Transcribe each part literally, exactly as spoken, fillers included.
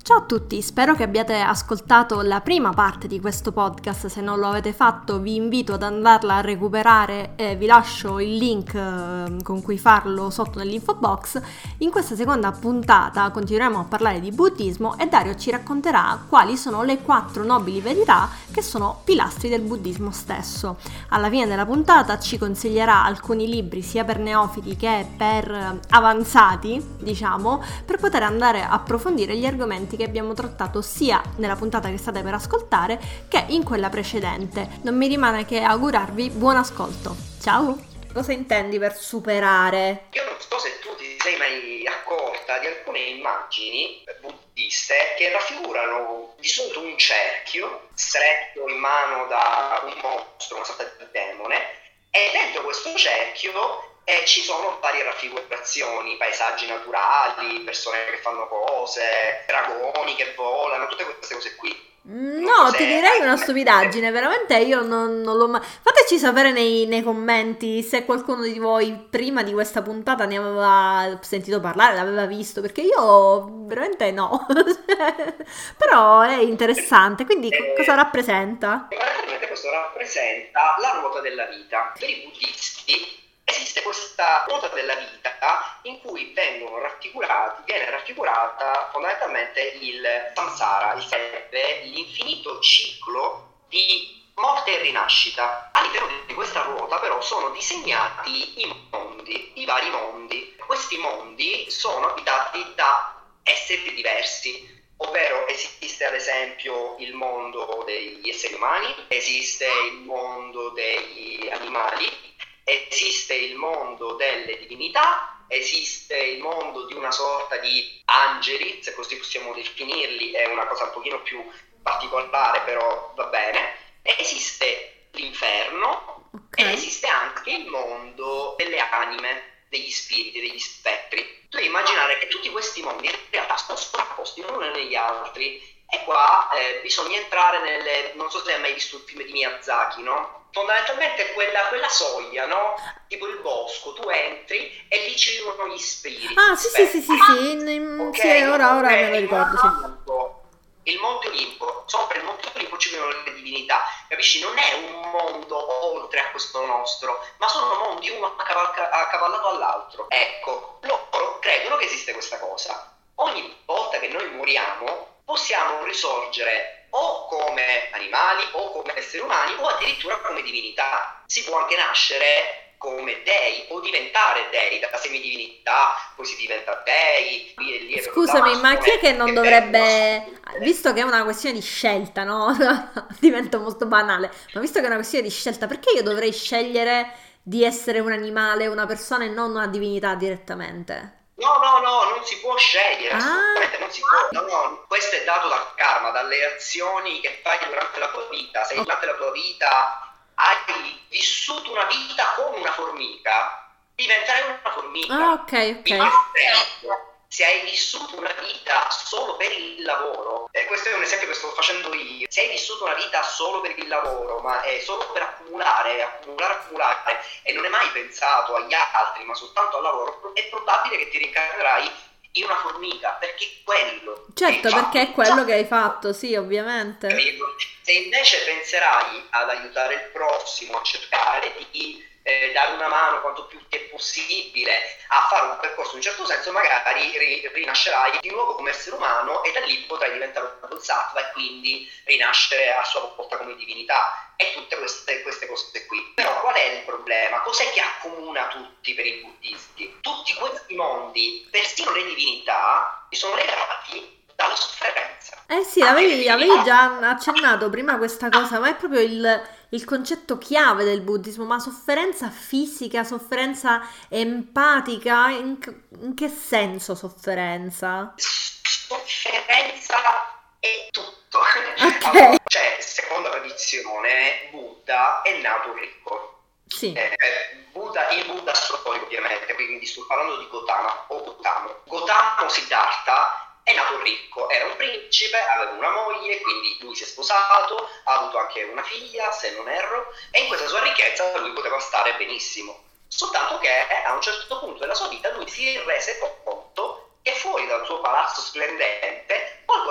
Ciao a tutti, spero che abbiate ascoltato la prima parte di questo podcast. Se non lo avete fatto vi invito ad andarla a recuperare e vi lascio il link eh, con cui farlo sotto nell'info box. In questa seconda puntata continueremo a parlare di buddismo e Dario ci racconterà quali sono le quattro nobili verità che sono pilastri del buddismo stesso. Alla fine della puntata ci consiglierà alcuni libri sia per neofiti che per avanzati, diciamo, per poter andare a approfondire gli argomenti che abbiamo trattato sia nella puntata che state per ascoltare che in quella precedente. Non mi rimane che augurarvi buon ascolto. Ciao! Cosa intendi per superare? Io non so se tu ti sei mai accorta di alcune immagini buddiste che raffigurano di solito un cerchio stretto in mano da un mostro, una sorta di demone, e dentro questo cerchio e ci sono varie raffigurazioni, paesaggi naturali, persone che fanno cose, dragoni che volano, tutte queste cose qui. No, ti direi una stupidaggine, veramente io non, non l'ho mai... Fateci sapere nei, nei commenti se qualcuno di voi prima di questa puntata ne aveva sentito parlare, l'aveva visto, perché io veramente no. Però è interessante, quindi eh, cosa rappresenta? Praticamente questo rappresenta la ruota della vita. Per i buddisti esiste questa ruota della vita in cui vengono raffigurati, viene raffigurata fondamentalmente il samsara, il sarebbe l'infinito ciclo di morte e rinascita. All'interno di questa ruota però sono disegnati i mondi, i vari mondi. Questi mondi sono abitati da esseri diversi, ovvero esiste ad esempio il mondo degli esseri umani, esiste il mondo degli animali, esiste il mondo delle divinità, esiste il mondo di una sorta di angeli, se così possiamo definirli, è una cosa un pochino più particolare, però va bene. Esiste l'inferno, okay. Ed esiste anche il mondo delle anime, degli spiriti, degli spettri. Tu devi immaginare che tutti questi mondi in realtà sono sovrapposti l'uno negli altri, e qua eh, bisogna entrare nelle... non so se hai mai visto il film di Miyazaki, no? Fondamentalmente quella, quella soglia, no? Tipo il bosco, tu entri e lì ci vivono gli spiriti. Ah, sì, sì, sì, sì, sì, in, in, okay, sì, ora, ora me lo ricordo, sì. Il Monte Olimpo, sopra il Monte Olimpo ci vivono le divinità, capisci? Non è un mondo oltre a questo nostro, ma sono mondi uno accavallato all'altro. Ecco, loro credono che esiste questa cosa. Ogni volta che noi moriamo possiamo risorgere o come animali o come esseri umani o addirittura come divinità. Si può anche nascere come dei o diventare dei, da semidivinità poi si diventa dei. Scusami, ma chi è che non dovrebbe, visto che è una questione di scelta, no? Diventa molto banale, ma visto che è una questione di scelta, perché io dovrei scegliere di essere un animale, una persona e non una divinità direttamente? No, no, no, non si può scegliere, assolutamente ah. non si può. No, no, questo è dato dal karma, dalle azioni che fai durante la tua vita. Se durante la tua vita hai vissuto una vita come una formica, diventerai una formica. Ah, ok, ok. Se hai vissuto una vita solo per il lavoro, e questo è un esempio che sto facendo io, se hai vissuto una vita solo per il lavoro, ma è solo per accumulare, accumulare, accumulare, e non hai mai pensato agli altri, ma soltanto al lavoro, è probabile che ti rincarnerai in una formica, perché è quello. Certo, perché è quello che hai fatto, sì, ovviamente. Se invece penserai ad aiutare il prossimo, a cercare di Eh, dare una mano quanto più ti è possibile a fare un percorso in un certo senso, magari ri- rinascerai di nuovo come essere umano e da lì potrai diventare un bodhisattva e quindi rinascere a sua volta come divinità e tutte queste, queste cose qui. Però qual è il problema? Cos'è che accomuna tutti per i buddisti? Tutti questi mondi, persino le divinità, sono legati dalla sofferenza. Eh sì, avevi, avevi già accennato prima questa cosa, ma è proprio il, il concetto chiave del buddismo, ma sofferenza fisica, sofferenza empatica, in, in che senso sofferenza? Sofferenza è tutto. Okay. Cioè, secondo la tradizione, Buddha è nato ricco. Sì. Eh, Buddha, il Buddha storico ovviamente, quindi sto parlando di Gautama o Gautamo. Gautamo Siddhartha è nato ricco, era un principe, aveva una moglie, quindi lui si è sposato, ha avuto anche una figlia, se non erro, e in questa sua ricchezza lui poteva stare benissimo. Soltanto che a un certo punto della sua vita lui si rese conto che fuori dal suo palazzo splendente qualcosa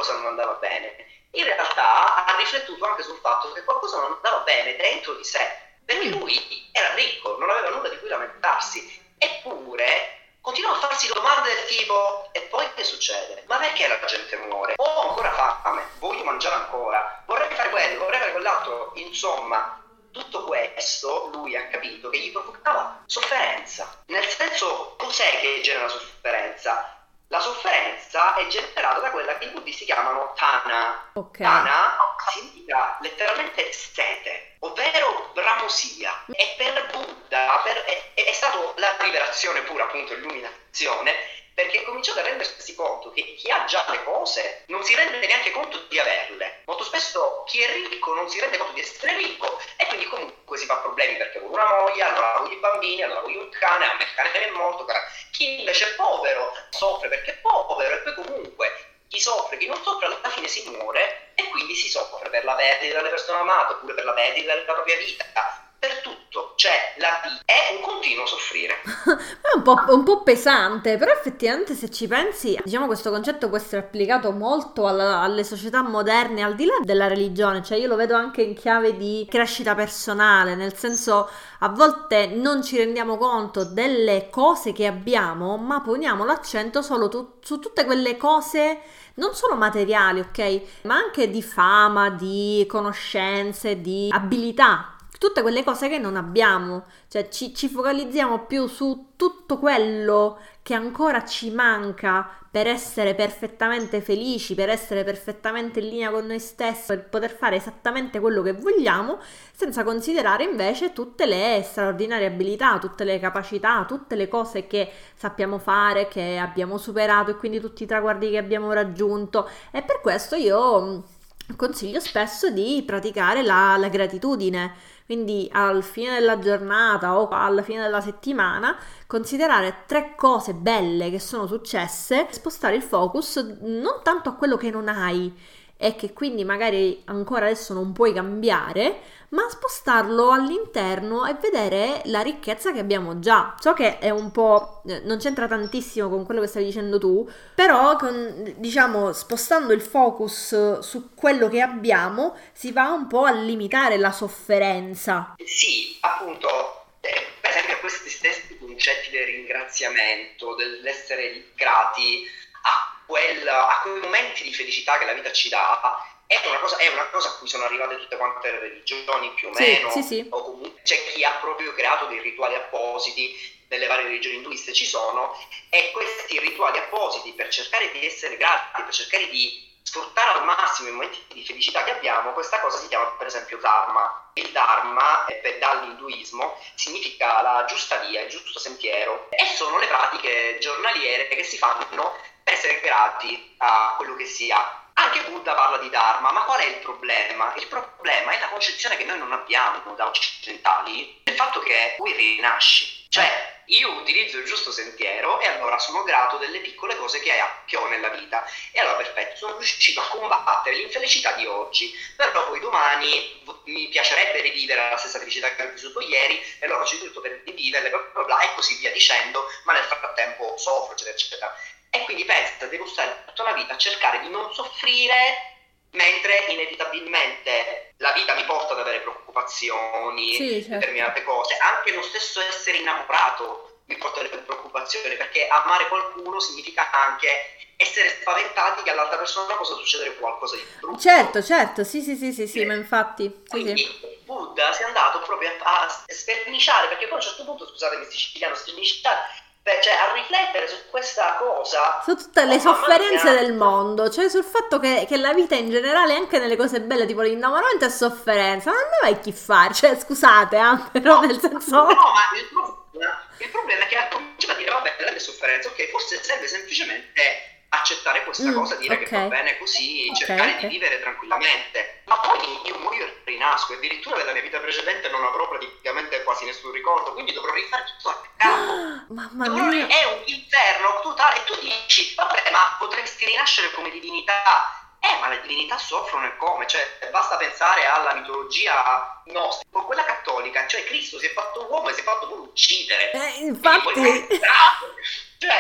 qualcosa non andava bene. In realtà ha riflettuto anche sul fatto che qualcosa non andava bene dentro di sé, perché lui era ricco, non aveva nulla di cui lamentarsi, eppure continuava a farsi domande del tipo: e poi che succede? Ma perché la gente muore? Ho ancora fame, voglio mangiare ancora, vorrei fare quello, vorrei fare quell'altro. Insomma, tutto questo lui ha capito che gli provocava sofferenza. Nel senso, cos'è che genera sofferenza? La sofferenza è generata da quella che i buddisti chiamano Tana. Okay. Tana significa letteralmente sete, ovvero bramosia. E per Buddha per, è, è stata la rivelazione pura, appunto, l'illuminazione, perché ha cominciato a rendersi conto che chi ha già le cose non si rende neanche conto di averle. Molto spesso chi è ricco non si rende conto di essere ricco e quindi comunque si fa problemi perché vuole una moglie, allora voglio i bambini, allora voglio un cane, a me il cane è morto. Chi invece è povero soffre perché è povero, e poi comunque chi soffre, chi non soffre, alla fine si muore, e quindi si soffre per la perdita delle persone amate oppure per la perdita della propria vita. Per tutto, cioè la vita è un continuo soffrire. È un po', un po' pesante, però effettivamente se ci pensi, diciamo, questo concetto può essere applicato molto alla, alle società moderne, al di là della religione. Cioè io lo vedo anche in chiave di crescita personale, nel senso, a volte non ci rendiamo conto delle cose che abbiamo, ma poniamo l'accento solo tu, su tutte quelle cose non solo materiali, ok? Ma anche di fama, di conoscenze, di abilità. Tutte quelle cose che non abbiamo, cioè ci, ci focalizziamo più su tutto quello che ancora ci manca per essere perfettamente felici, per essere perfettamente in linea con noi stessi, per poter fare esattamente quello che vogliamo, senza considerare invece tutte le straordinarie abilità, tutte le capacità, tutte le cose che sappiamo fare, che abbiamo superato, e quindi tutti i traguardi che abbiamo raggiunto. E per questo io consiglio spesso di praticare la, la gratitudine. Quindi al fine della giornata o alla fine della settimana considerare tre cose belle che sono successe, spostare il focus non tanto a quello che non hai e che quindi magari ancora adesso non puoi cambiare, ma spostarlo all'interno e vedere la ricchezza che abbiamo già. So che è un po', non c'entra tantissimo con quello che stavi dicendo tu, però con, diciamo, spostando il focus su quello che abbiamo si va un po' a limitare la sofferenza. Sì, appunto, eh, per esempio questi stessi concetti del ringraziamento, dell'essere grati a, quel, a quei momenti di felicità che la vita ci dà, è una cosa, è una cosa a cui sono arrivate tutte quante le religioni più o Sì, meno, sì, sì. o comunque c'è chi ha proprio creato dei rituali appositi. Nelle varie religioni induiste ci sono, e questi rituali appositi per cercare di essere grati, per cercare di sfruttare al massimo i momenti di felicità che abbiamo, questa cosa si chiama per esempio Dharma. Il Dharma, eh, dall'induismo, significa la giusta via, il giusto sentiero, e sono le pratiche giornaliere che si fanno per essere grati a quello che si ha. Anche Buddha parla di Dharma, ma qual è il problema? Il problema è la concezione che noi non abbiamo da occidentali del fatto che poi rinasci. Cioè, io utilizzo il giusto sentiero e allora sono grato delle piccole cose che ho nella vita. E allora perfetto, sono riuscito a combattere l'infelicità di oggi, però poi domani mi piacerebbe rivivere la stessa felicità che ho vissuto ieri, e allora c'è tutto per riviverle, bla bla bla, e così via dicendo, ma nel frattempo soffro, eccetera, eccetera. E quindi pensa, devo stare tutta una vita a cercare di non soffrire, mentre inevitabilmente la vita mi porta ad avere preoccupazioni, Sì, certo. determinate cose. Anche lo stesso essere innamorato mi porta alle preoccupazioni, perché amare qualcuno significa anche essere spaventati che all'altra persona possa succedere qualcosa di brutto. Certo, certo, sì, sì, sì, sì, sì, Eh, ma infatti, sì, Quindi sì. Buddha si è andato proprio a, a sterniciare, perché poi a un certo punto, scusatemi, siciliano, sterniciare, beh, cioè a riflettere su questa cosa, Su tutte le oh, mamma sofferenze mia. del mondo, cioè sul fatto che, che la vita in generale, anche nelle cose belle, tipo l'innamoramento, è sofferenza. Ma non ne vai chi fare, cioè scusate, eh, però nel senso... No, ma il problema, il problema è che ha cominciato a dire, vabbè, la sofferenza, ok, forse serve semplicemente accettare questa Mm, cosa, dire ok. che va bene così, Ok, cercare ok. di vivere tranquillamente. Ma poi io muoio e rinasco, e addirittura della mia vita precedente non avrò praticamente quasi nessun ricordo, quindi dovrò rifare tutto a capo. Mamma Dovrò ri- mia. è un inferno totale, e tu dici, vabbè, ma potresti rinascere come divinità. Eh, ma le divinità soffrono e come? Cioè, basta pensare alla mitologia nostra, con quella cattolica, cioè Cristo si è fatto uomo e si è fatto pure uccidere. Eh, Quindi poi infatti... ah, cioè,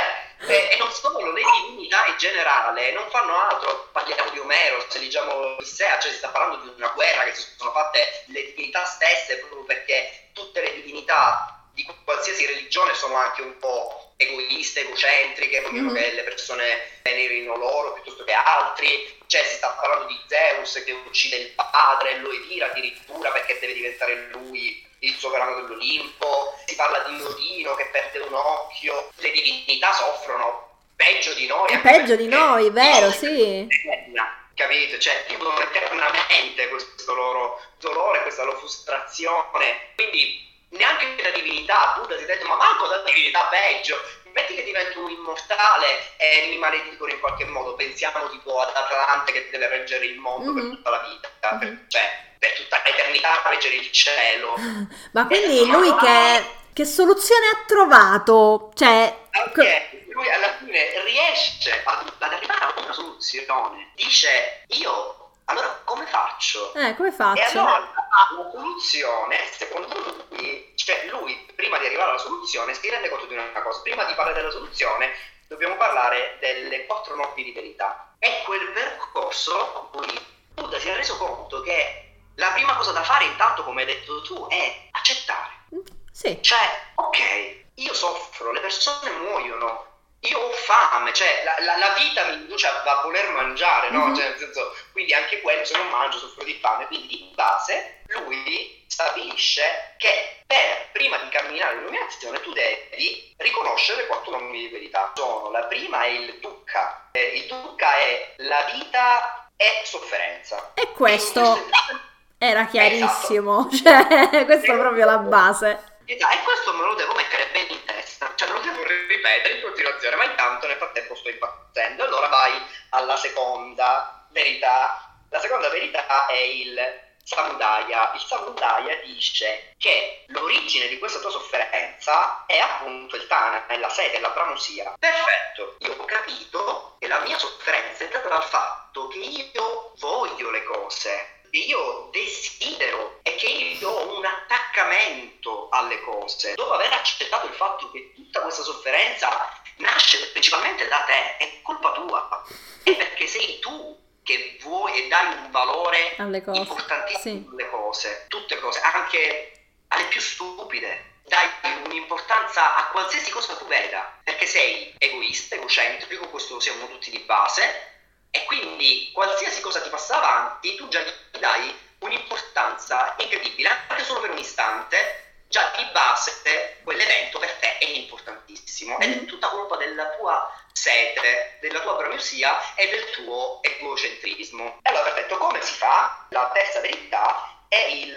E, e non solo, le divinità in generale non fanno altro, parliamo di Omero, se leggiamo Odissea, cioè si sta parlando di una guerra che si sono fatte le divinità stesse, proprio perché tutte le divinità di qualsiasi religione sono anche un po' egoiste, egocentriche, vogliono mm-hmm. che le persone venerino loro piuttosto che altri. Cioè si sta parlando di Zeus che uccide il padre, lo evira addirittura perché deve diventare lui il sovrano dell'Olimpo. Si parla di Odino che perde un occhio. Le divinità soffrono peggio di noi. È peggio di noi, vero, sì. Capito? Cioè vivono eternamente questo loro dolore, questa loro frustrazione. Quindi neanche la divinità, Buddha si è detto, ma manco la divinità peggio. Metti che divento un immortale e mi maledicono in qualche modo. Pensiamo tipo ad Atlante che deve reggere il mondo mm-hmm. per tutta la vita, mm-hmm. per, cioè per tutta l'eternità reggere il cielo. Ma quindi lui no, che, che soluzione ha trovato? Cioè, okay. Lui alla fine riesce ad, ad arrivare a una soluzione. Dice, io allora come faccio? Eh, come faccio? E allora la soluzione, secondo lui, cioè lui prima di arrivare alla soluzione si rende conto di una cosa. Prima di parlare della soluzione dobbiamo parlare delle quattro notti di verità. È quel percorso in cui Buddha si è reso conto che la prima cosa da fare, intanto, come hai detto tu, è accettare. Sì. Cioè, ok, io soffro, le persone muoiono, io ho fame, cioè la, la, la vita mi induce a, a voler mangiare, no? Mm-hmm. Cioè, nel senso, quindi anche quello, se non mangio soffro di fame. Quindi di base lui stabilisce che per prima di camminare l'illuminazione tu devi riconoscere quattro nomi di verità. Sono, la prima è il dukkha. Eh, il dukkha è la vita e sofferenza. E questo era chiarissimo, esatto. Cioè questa è proprio la base. Esatto. E questo me lo devo mettere bene in testa, cioè me lo devo ripetere in continuazione, ma intanto nel frattempo sto impazzendo. Allora vai alla seconda verità. La seconda verità è il Samudaya. Il Samudaya dice che l'origine di questa tua sofferenza è appunto il Tana, è la sete, è la bramosia. Perfetto, io ho capito che la mia sofferenza è data dal fatto che io voglio le cose, che io desidero e che io ho un attaccamento alle cose. Dopo aver accettato il fatto che tutta questa sofferenza nasce principalmente da te, è colpa tua, è perché sei tu che vuoi e dai un valore alle cose, importantissimo alle sì. cose, tutte cose, anche alle più stupide. Dai un'importanza a qualsiasi cosa tu veda, perché sei egoista, egocentrico, questo lo siamo tutti di base, e quindi qualsiasi cosa ti passa avanti tu già gli dai un'importanza incredibile, anche solo per un istante. Già di base quell'evento per te è importantissimo ed è tutta colpa della tua sete, della tua bramosia e del tuo egocentrismo. E allora perfetto, come si fa? La terza verità è il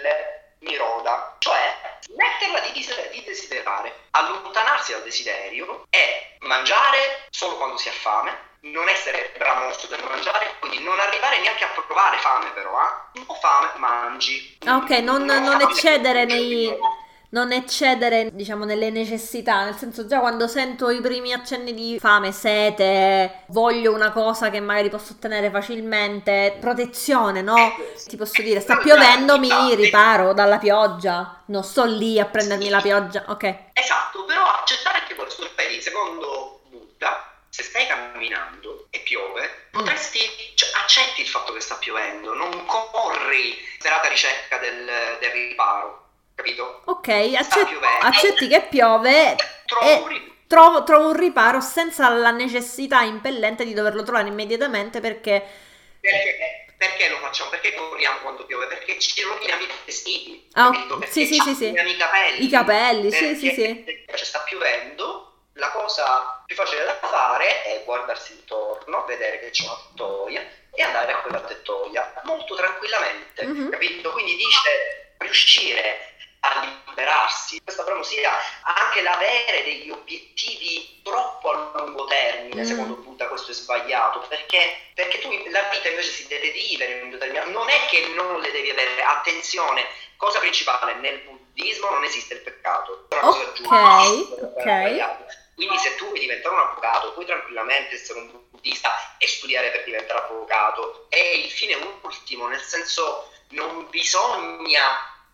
Niroda, cioè smetterla di, dis- di desiderare, allontanarsi dal desiderio e mangiare solo quando si ha fame, non essere bramoso per mangiare, quindi non arrivare neanche a provare fame, però eh? un po' fame, mangi. Ok, non, non, non eccedere nei... non eccedere, diciamo, nelle necessità, nel senso, già quando sento i primi accenni di fame, sete, voglio una cosa che magari posso ottenere facilmente, protezione, no? Ti posso dire, sta piovendo, mi riparo dalla pioggia, non sto lì a prendermi la pioggia, ok. Esatto, però accettare che questo, vedi, secondo Buddha, se stai camminando e piove, potresti, cioè, accetti il fatto che sta piovendo, non corri disperata ricerca del, del riparo. Capito? Ok, accet- accetti che piove trovo e trovo, trovo un riparo senza la necessità impellente di doverlo trovare immediatamente perché... Perché, perché lo facciamo? Perché corriamo quando piove? Perché ci roviniamo i vestiti, oh, capito? Perché sì, sì, sì, sì. i capelli. I capelli, sì, sì, sì. Cioè, sta piovendo, la cosa più facile da fare è guardarsi intorno, vedere che c'è una tettoia e andare a quella tettoia molto tranquillamente, mm-hmm. capito? Quindi dice riuscire a liberarsi. Questa bramosia, anche l'avere degli obiettivi troppo a lungo termine, mm. secondo Buddha questo è sbagliato, perché, perché tu la vita invece si deve vivere in un determinato, non è che non le devi avere, attenzione, cosa principale, nel buddismo non esiste il peccato, è una cosa giusta, ok. Quindi se tu vuoi diventare un avvocato puoi tranquillamente essere un buddista e studiare per diventare avvocato, è il fine ultimo, nel senso non bisogna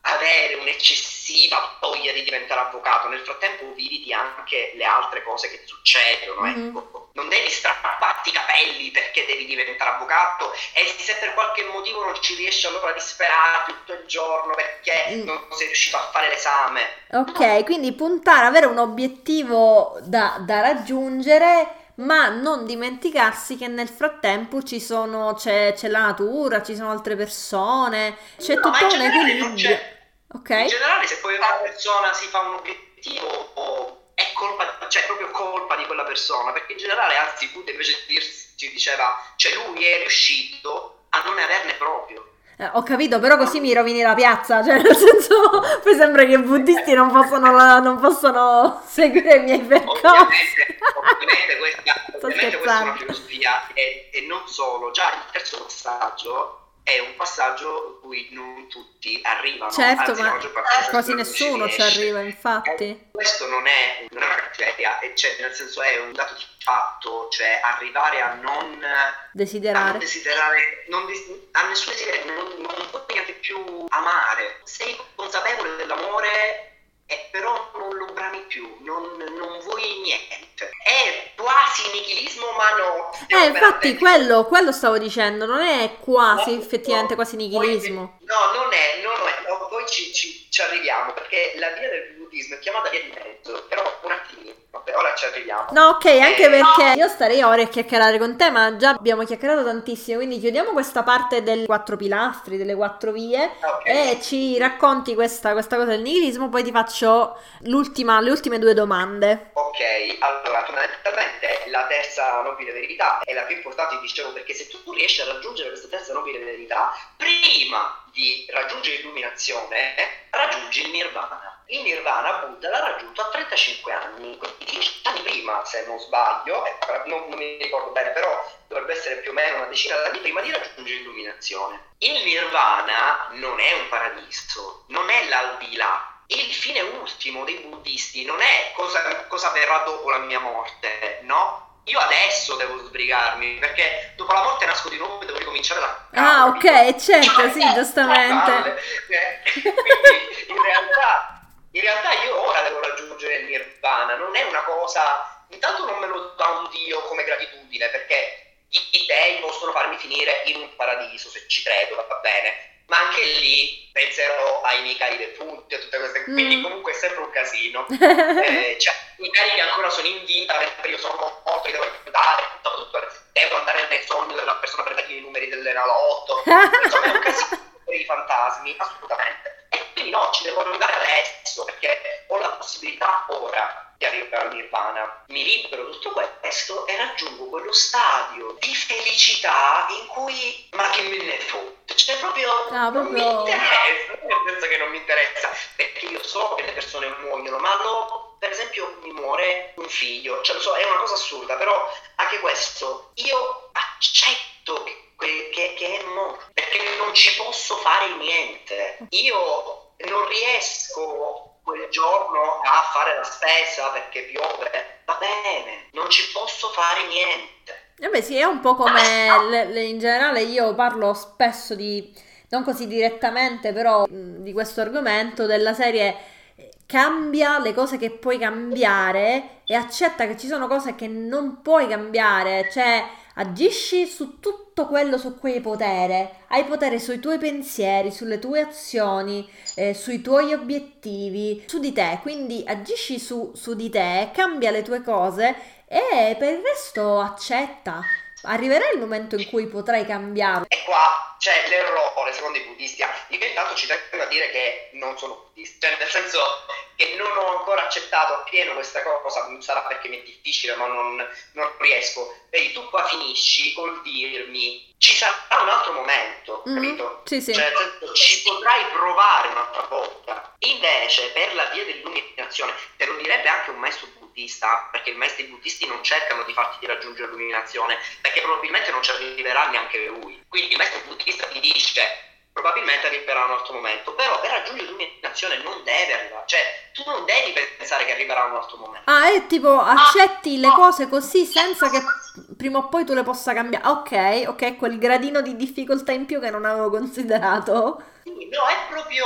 avere un'eccessiva voglia di diventare avvocato, nel frattempo viviti anche le altre cose che ti succedono, mm-hmm. ecco. Non devi strapparti i capelli perché devi diventare avvocato, e se per qualche motivo non ci riesci allora disperare tutto il giorno perché mm. non sei riuscito a fare l'esame. Ok, quindi puntare, avere un obiettivo da, da raggiungere, ma non dimenticarsi che nel frattempo ci sono, c'è, c'è la natura, ci sono altre persone, c'è no, tutto un equilibrio. Okay. In generale, se poi una persona si fa un obiettivo, è colpa, cioè proprio colpa di quella persona, perché in generale, anzi, Buddha invece di dirsi, ci diceva, cioè lui è riuscito a non averne proprio. Eh, ho capito, però così mi rovini la piazza, cioè nel senso, poi sembra che i buddisti non possono, la, non possono seguire i miei percorsi. Ovviamente, ovviamente, questa, ovviamente questa è una filosofia, e, e non solo, già il terzo passaggio è un passaggio in cui non tutti arrivano. Certo, anzi, ma quasi nessuno ci arriva, infatti. Eh, questo non è una cattiveria, cioè, nel senso è un dato di fatto, cioè arrivare a non desiderare, a non desiderare non des- a nessun desiderio, non, non puoi neanche più amare. Sei consapevole dell'amore, e però non lo brami più, non, non vuoi niente. È quasi nichilismo, ma no. Eh, infatti quello, quello stavo dicendo, non è quasi, no, effettivamente, no, quasi nichilismo. Poi, no, non è, no, no, è no, poi ci, ci, ci arriviamo, perché la via del buddismo è chiamata via di mezzo, però un attimino, vabbè, ora ci arriviamo. No, ok, anche eh, perché no. io starei ore a chiacchierare con te, ma già abbiamo chiacchierato tantissimo, quindi chiudiamo questa parte dei quattro pilastri, delle quattro vie, okay, e ci racconti questa, questa cosa del nichilismo, poi ti faccio l'ultima, le ultime due domande. Ok, allora, fondamentalmente la terza nobile verità è la più importante, dicevo, perché se tu riesci a raggiungere questa terza nobile verità, prima di raggiungere l'illuminazione, raggiungi il nirvana. Il nirvana Buddha l'ha raggiunto a trentacinque anni, quindi dieci anni prima, se non sbaglio, eh, non, non mi ricordo bene, però dovrebbe essere più o meno una decina d'anni prima di raggiungere l'illuminazione. Il nirvana non è un paradiso, non è l'aldilà. Il fine ultimo dei buddisti non è cosa, cosa verrà dopo la mia morte, no? Io adesso devo sbrigarmi, perché dopo la morte nasco di nuovo e devo ricominciare da capo. Ah, ok, certo, sì, giustamente. Quindi in realtà, in realtà io ora devo raggiungere il nirvana, non è una cosa, intanto non me lo dà un Dio come gratitudine, perché i dei possono farmi finire in un paradiso, se ci credo, va bene. Ma anche lì penserò ai miei cari defunti e tutte queste cose, mm. quindi comunque è sempre un casino. eh, cioè, i cari che ancora sono in vita, mentre io sono morto, li devo aiutare, tutto, tutto, devo andare nel sogno della persona per dargli i numeri dell'Enalotto. Insomma, è un casino per i fantasmi, assolutamente. E quindi no, ci devo andare adesso, perché ho la possibilità ora di arrivare al nirvana. Mi libero tutto questo e raggiungo quello stadio di felicità in cui, ma che me ne fotte, cioè proprio, no, non proprio... mi interessa, nel senso che non mi interessa, perché io so che le persone muoiono, ma no, per esempio mi muore un figlio, cioè lo so, è una cosa assurda, però anche questo io accetto che, che, che è morto, perché non ci posso fare niente. Io non riesco quel giorno a fare la spesa perché piove, va bene, non ci posso fare niente. Eh beh sì, è un po' come le, le, in generale io parlo spesso di, non così direttamente, però mh, di questo argomento, della serie cambia le cose che puoi cambiare e accetta che ci sono cose che non puoi cambiare, cioè agisci su tutto quello su cui hai potere, hai potere sui tuoi pensieri, sulle tue azioni, eh, sui tuoi obiettivi, su di te, quindi agisci su, su di te, cambia le tue cose e per il resto accetta. Arriverà il momento in cui potrai cambiarlo. E qua c'è l'errore, secondo i buddisti. Io intanto ci tengo a dire che non sono buddista, cioè nel senso che non ho ancora accettato appieno questa cosa, sarà perché mi è difficile, ma non, non riesco. Vedi, tu qua finisci col dirmi ci sarà un altro momento, mm-hmm. capito? Sì, sì. Cioè nel senso, ci potrai provare un'altra volta. Invece per la via dell'illuminazione, te lo direbbe anche un maestro buddista, perché i maestri buddisti non cercano di farti raggiungere l'illuminazione, perché probabilmente non ci arriverà neanche lui. Quindi il maestro buddista ti dice probabilmente arriverà un altro momento, però per raggiungere l'illuminazione non deve arrivare, cioè tu non devi pensare che arriverà un altro momento. Ah, è tipo accetti ah, le cose così senza che prima o poi tu le possa cambiare. Ok, ok, quel gradino di difficoltà in più che non avevo considerato. No, è proprio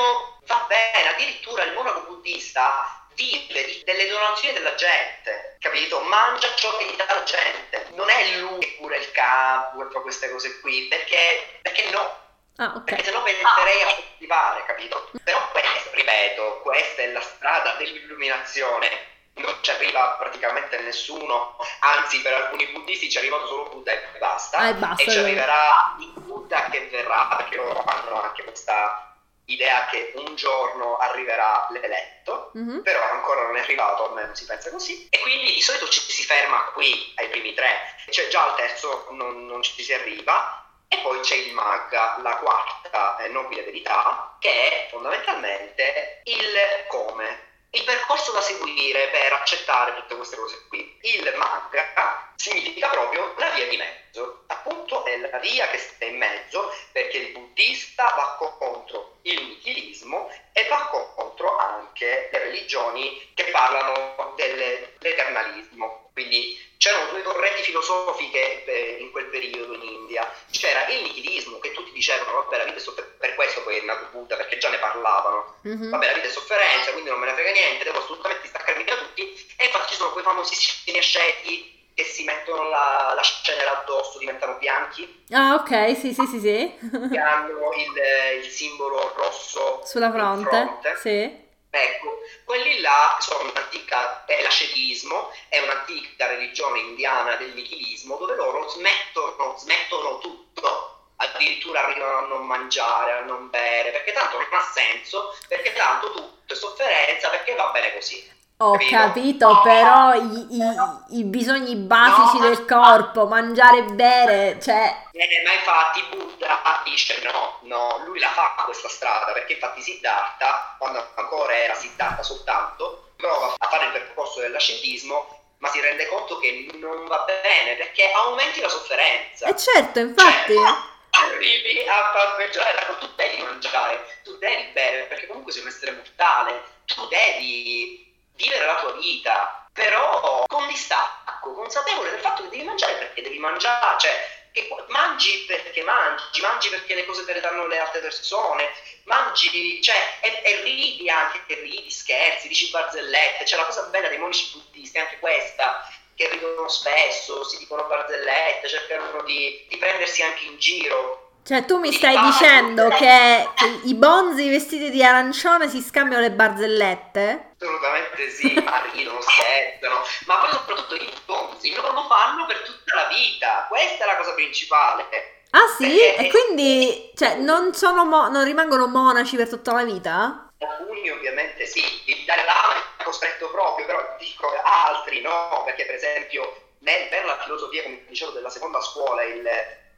va bene, addirittura il monaco buddista vive di- delle donazioni della gente, capito? Mangia ciò che gli dà la gente, non è lui che cura il campo e fa queste cose qui, perché, perché no? Ah, ok. Perché sennò penserei a coltivare, capito? Però questo, ripeto, questa è la strada dell'illuminazione. Non ci arriva praticamente nessuno, anzi per alcuni buddisti ci è arrivato solo Buddha e basta. Ah, e basta, e ci allora. arriverà il Buddha che verrà, perché loro hanno anche questa idea che un giorno arriverà l'eletto, Mhm. però ancora non è arrivato, almeno si pensa così, e quindi di solito ci si ferma qui ai primi tre, cioè già al terzo non, non ci si arriva. E poi c'è il Magga, la quarta eh, nobile verità, che è fondamentalmente il come, il percorso da seguire per accettare tutte queste cose qui. Il Magga significa proprio la via di mezzo, appunto è la via che sta in mezzo, perché il buddista va contro il nichilismo e va contro anche le religioni che parlano del- dell'eternalismo. Quindi c'erano due correnti filosofiche eh, in quel periodo in India. C'era il nichilismo, che tutti dicevano vabbè la vita è sofferenza, per questo poi è nato Buddha, perché già ne parlavano. Mhm. Vabbè la vita è sofferenza, quindi non me ne frega niente, devo assolutamente staccarmi da tutti. E infatti ci sono quei famosissimi asceti che si mettono la, la cenere addosso, diventano bianchi, Ah, ok, sì, sì, sì, sì. che hanno il, il simbolo rosso Sulla in fronte, fronte. sì. Ecco, quelli là sono un'antica, è l'ascetismo, è un'antica religione indiana del nichilismo, dove loro smettono, smettono tutto, addirittura arrivano a non mangiare, a non bere, perché tanto non ha senso, perché tanto tutto è sofferenza, perché va bene così. Ho capito, però i, i- i bisogni basici No, del corpo, mangiare e bere, cioè... Eh, ma infatti Buddha dice no, no, lui la fa questa strada, perché infatti Siddhartha, quando ancora era Siddhartha soltanto, prova a fare il percorso dell'ascetismo, ma si rende conto che non va bene, perché aumenti la sofferenza. E certo, infatti... Cioè, arrivi a far peggiorare, tu devi mangiare, tu devi bere, perché comunque sei un essere mortale, tu devi vivere la tua vita, però con distacco, consapevole del fatto che devi mangiare perché devi mangiare, cioè che mangi perché mangi, mangi perché le cose te le danno le altre persone, mangi, cioè, e, e ridi anche, che ridi, scherzi, dici barzellette, cioè la cosa bella dei monaci buddisti è anche questa, che ridono spesso, si dicono barzellette, cercano di, di prendersi anche in giro. Cioè, tu mi Di stai fare- dicendo che, che i bonzi vestiti di arancione si scambiano le barzellette? Assolutamente sì, ma ridono, scherzano, ma poi soprattutto i bonzi loro lo fanno per tutta la vita, questa è la cosa principale. Ah sì? Perché- E quindi, cioè, non sono mo- non rimangono monaci per tutta la vita? Alcuni ovviamente sì, il Dalai Lama è costretto proprio, però dico altri no, perché per esempio nel, per la filosofia, come dicevo, della seconda scuola, il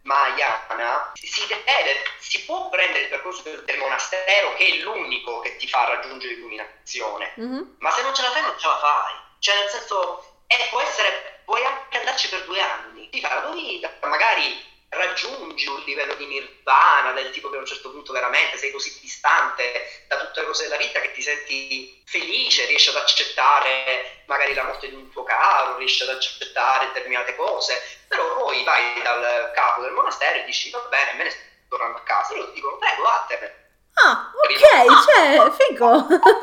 Mahayana, si deve, si può prendere il percorso del monastero, che è l'unico che ti fa raggiungere l'illuminazione, Mhm. ma se non ce la fai non ce la fai, cioè nel senso, eh, può essere, puoi anche andarci per due anni, ti fa la tua vita, magari raggiungi un livello di nirvana del tipo che a un certo punto veramente sei così distante da tutte le cose della vita che ti senti felice, riesci ad accettare magari la morte di un tuo caro, riesci ad accettare determinate cose, però poi vai dal capo del monastero e dici va bene, me ne sto tornando a casa, e loro ti dicono prego vattene. Ah, ok, cioè, figo.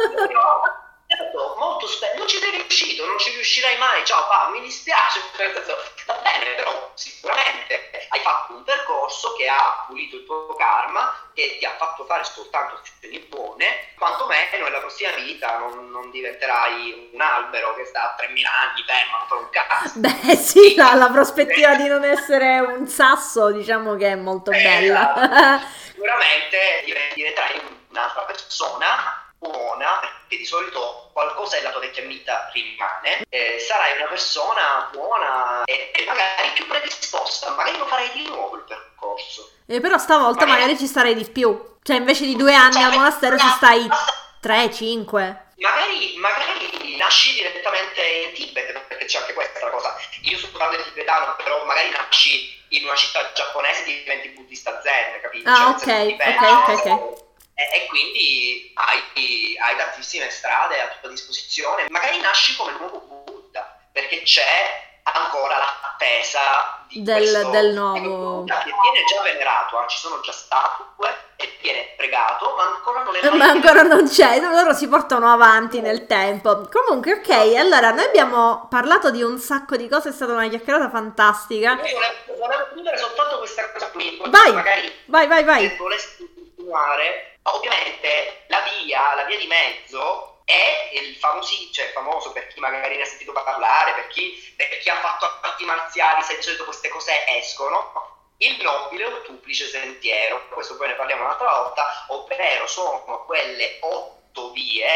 Però, molto spesso non ci sei riuscito, non ci riuscirai mai, ciao pa, mi dispiace, nel senso, va bene, però sicuramente hai fatto un percorso che ha pulito il tuo karma, che ti ha fatto fare soltanto azioni buone, quantomeno nella prossima vita non, non diventerai un albero che sta a tremila anni fermo, non fa un cazzo. Beh, sì, la, la prospettiva di non essere un sasso, diciamo che è molto bella. Esatto. Sicuramente diventerai un'altra persona buona, perché di solito qualcosa della tua vecchia vita rimane, eh, sarai una persona buona e, e magari più predisposta, magari lo farai di nuovo il percorso. E però stavolta magari ci starei di più. Cioè, invece di due anni al monastero ci stai tre, cinque. Magari, magari nasci direttamente in Tibet, perché c'è anche questa cosa. Io sono parlo tibetano, però magari nasci in una città giapponese e diventi buddista zen, capito? Ah, Cioè, ok, dipende. ok, ok, ok. E, e quindi hai, hai tantissime strade a tua disposizione. Magari nasci come nuovo Buddha, perché c'è ancora l'attesa di del, questo del nuovo che viene già venerato, eh? Ci sono già statue e viene pregato, ma ancora non è mai ma ancora non c'è, loro si portano avanti nel tempo. Comunque, ok, allora noi abbiamo parlato di un sacco di cose, è stata una chiacchierata fantastica. Io volevo, volevo chiudere soltanto questa cosa qui, Vai, magari vai, vai, vai. se volessi continuare, ovviamente la via, la via di mezzo è il famosi, cioè famoso per chi magari ne ha sentito parlare, per chi, per chi ha fatto arti marziali, se di solito queste cose escono, il nobile ottuplice sentiero. Questo poi ne parliamo un'altra volta, ovvero sono quelle otto vie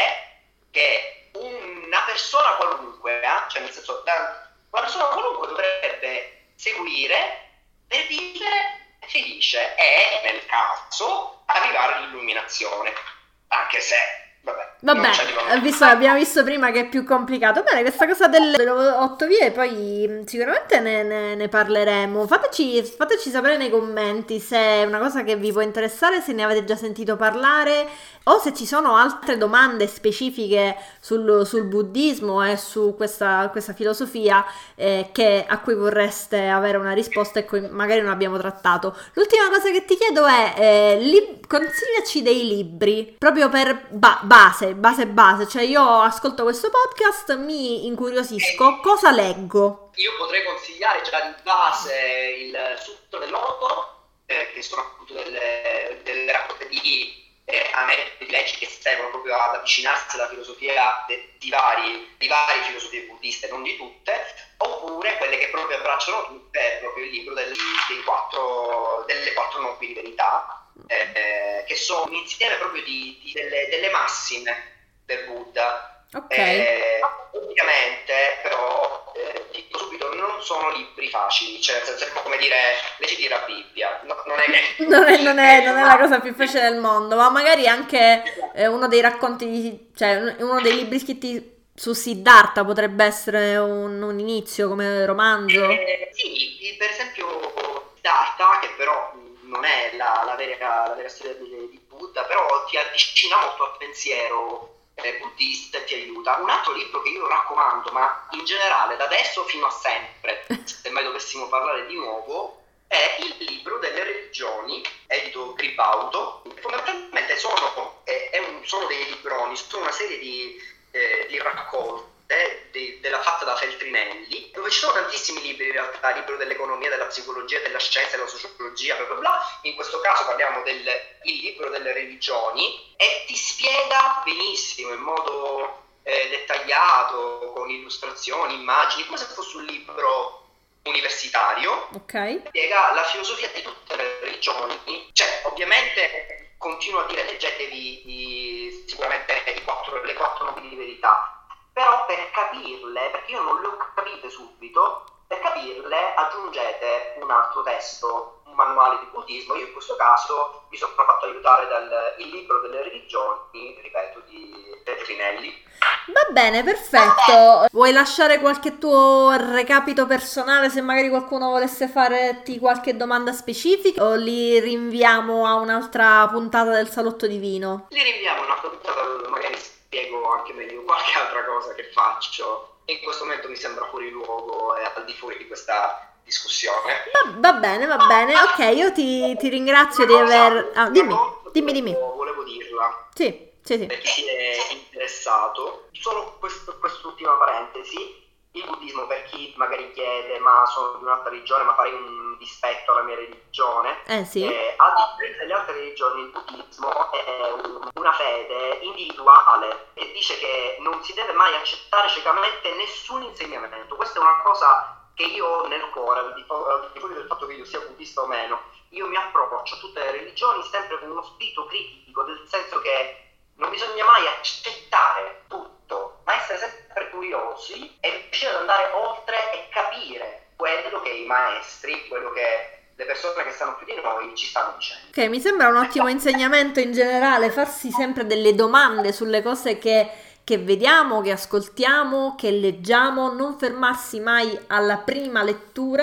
che una persona qualunque, eh, cioè nel senso una persona qualunque dovrebbe seguire per vivere felice e nel caso arrivare all'illuminazione, anche se vabbè, Vabbè, visto, abbiamo visto prima che è più complicato. Bene, questa cosa delle, delle otto vie poi sicuramente ne, ne, ne parleremo. Fateci, fateci sapere nei commenti se è una cosa che vi può interessare, se ne avete già sentito parlare o se ci sono altre domande specifiche sul, sul buddismo e su questa, questa filosofia eh, che, a cui vorreste avere una risposta e cui magari non abbiamo trattato. L'ultima cosa che ti chiedo è eh, li, consigliaci dei libri proprio per ba- base, base base, cioè io ascolto questo podcast, mi incuriosisco, cosa leggo? Io potrei consigliare già di base il Sutto del Loto, eh, che sono appunto delle, delle raccolte di eh, aneddoti, di leggi che servono proprio ad avvicinarsi alla filosofia de, di, vari, di varie filosofie buddiste, non di tutte, oppure quelle che proprio abbracciano tutte, proprio il libro del, dei quattro, delle quattro nobili verità, eh, che sono un insieme proprio di, di delle, delle massime del Buddha. Ok. Eh, ovviamente però eh, dico subito, non sono libri facili, cioè nel senso è come dire leggiti la Bibbia, no, non, è, non, è, non, è, non è la cosa più facile del mondo, ma magari anche eh, uno dei racconti, cioè uno dei libri scritti su Siddhartha potrebbe essere un, un inizio come romanzo. Eh, sì, per esempio Siddhartha, che però non è la, la, vera, la vera storia di, di Buddha, però ti avvicina molto al pensiero buddista e ti aiuta. Un altro libro che io raccomando, ma in generale da adesso fino a sempre, se mai dovessimo parlare di nuovo, è il libro delle religioni, edito Gribaudo. Fondamentalmente sono, è, è un, sono dei libroni, sono una serie di, eh, di raccolte di, della fatta da Feltrinelli, dove ci sono tantissimi libri in realtà, libro dell'economia, della psicologia, della scienza, della sociologia, bla bla bla. In questo caso parliamo del il libro delle religioni e ti spiega benissimo, in modo eh, dettagliato, con illustrazioni, immagini, come se fosse un libro universitario. Ok. Spiega la filosofia di tutte le religioni, cioè ovviamente continuo a dire leggetevi i, sicuramente i quattro, le quattro nobili verità, però per capirle, perché io non le ho capite subito, per capirle aggiungete un altro testo, un manuale di buddismo. Io in questo caso mi sono fatto aiutare dal il libro delle religioni, ripeto, di Feltrinelli. Va bene, perfetto. Vuoi lasciare qualche tuo recapito personale se magari qualcuno volesse farti qualche domanda specifica o li rinviamo a un'altra puntata del Salotto di Vino? Li rinviamo a un'altra puntata dove magari spiego anche meglio qualche altra cosa che faccio. In questo momento mi sembra fuori luogo e al di fuori di questa discussione. Va, va bene, va bene. Ok, io ti, ti ringrazio di aver... Ah, dimmi, dimmi, dimmi. Volevo dirla. Sì. Sì, sì. Per chi si è interessato, solo questo, quest'ultima parentesi, il buddismo, per chi magari chiede ma sono di un'altra religione ma farei un dispetto alla mia religione, eh sì, eh, a differenza delle altre religioni il buddismo è un, una fede individuale e dice che non si deve mai accettare ciecamente nessun insegnamento. Questa è una cosa che io ho nel cuore, al di fuori del fatto che io sia buddista o meno. Io mi approccio a tutte le religioni sempre con uno spirito critico, nel senso che non bisogna mai accettare tutto, ma essere sempre curiosi e riuscire ad andare oltre e capire quello che i maestri, quello che le persone che stanno più di noi ci stanno dicendo. Ok, mi sembra un ottimo insegnamento in generale, farsi sempre delle domande sulle cose che, che vediamo, che ascoltiamo, che leggiamo, non fermarsi mai alla prima lettura,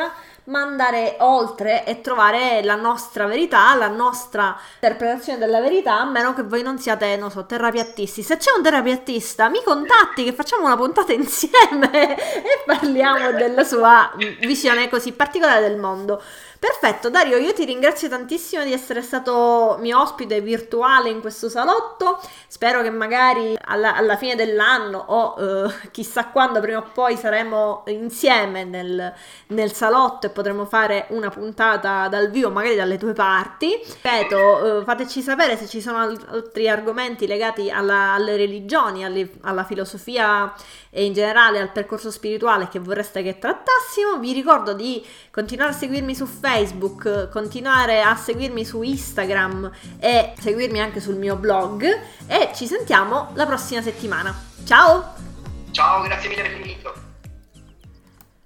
ma andare oltre e trovare la nostra verità, la nostra interpretazione della verità, a meno che voi non siate, non so, terapiattisti. Se c'è un terapiattista, mi contatti che facciamo una puntata insieme e parliamo della sua visione così particolare del mondo. Perfetto, Dario, io ti ringrazio tantissimo di essere stato mio ospite virtuale in questo salotto. Spero che magari alla, alla fine dell'anno o eh, chissà quando, prima o poi saremo insieme nel, nel salotto e potremo fare una puntata dal vivo, magari dalle tue parti. Ripeto, eh, fateci sapere se ci sono altri argomenti legati alla, alle religioni, alle, alla filosofia e in generale al percorso spirituale che vorreste che trattassimo. Vi ricordo di continuare a seguirmi su Facebook, continuare a seguirmi su Instagram e seguirmi anche sul mio blog, e ci sentiamo la prossima settimana. Ciao! Ciao, grazie mille per l'invito.